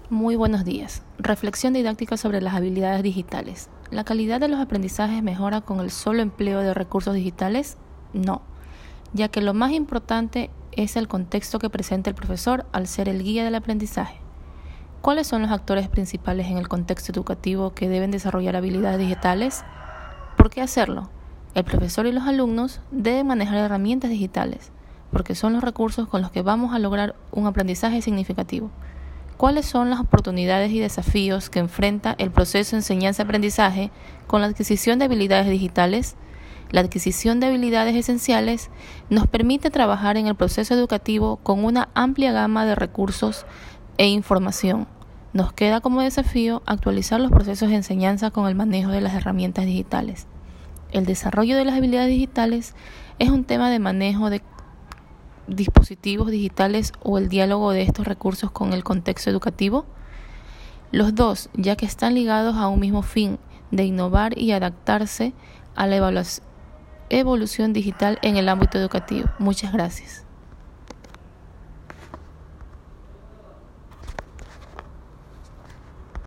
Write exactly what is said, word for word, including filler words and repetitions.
Muy buenos días. Reflexión didáctica sobre las habilidades digitales. ¿La calidad de los aprendizajes mejora con el solo empleo de recursos digitales? No, ya que lo más importante es el contexto que presenta el profesor al ser el guía del aprendizaje. ¿Cuáles son los actores principales en el contexto educativo que deben desarrollar habilidades digitales? ¿Por qué hacerlo? El profesor y los alumnos deben manejar herramientas digitales, porque son los recursos con los que vamos a lograr un aprendizaje significativo. ¿Cuáles son las oportunidades y desafíos que enfrenta el proceso de enseñanza-aprendizaje con la adquisición de habilidades digitales? La adquisición de habilidades esenciales nos permite trabajar en el proceso educativo con una amplia gama de recursos e información. Nos queda como desafío actualizar los procesos de enseñanza con el manejo de las herramientas digitales. El desarrollo de las habilidades digitales es un tema de manejo de dispositivos digitales o el diálogo de estos recursos con el contexto educativo. Los dos, ya que están ligados a un mismo fin de innovar y adaptarse a la evaluación, evolución digital en el ámbito educativo. Muchas gracias.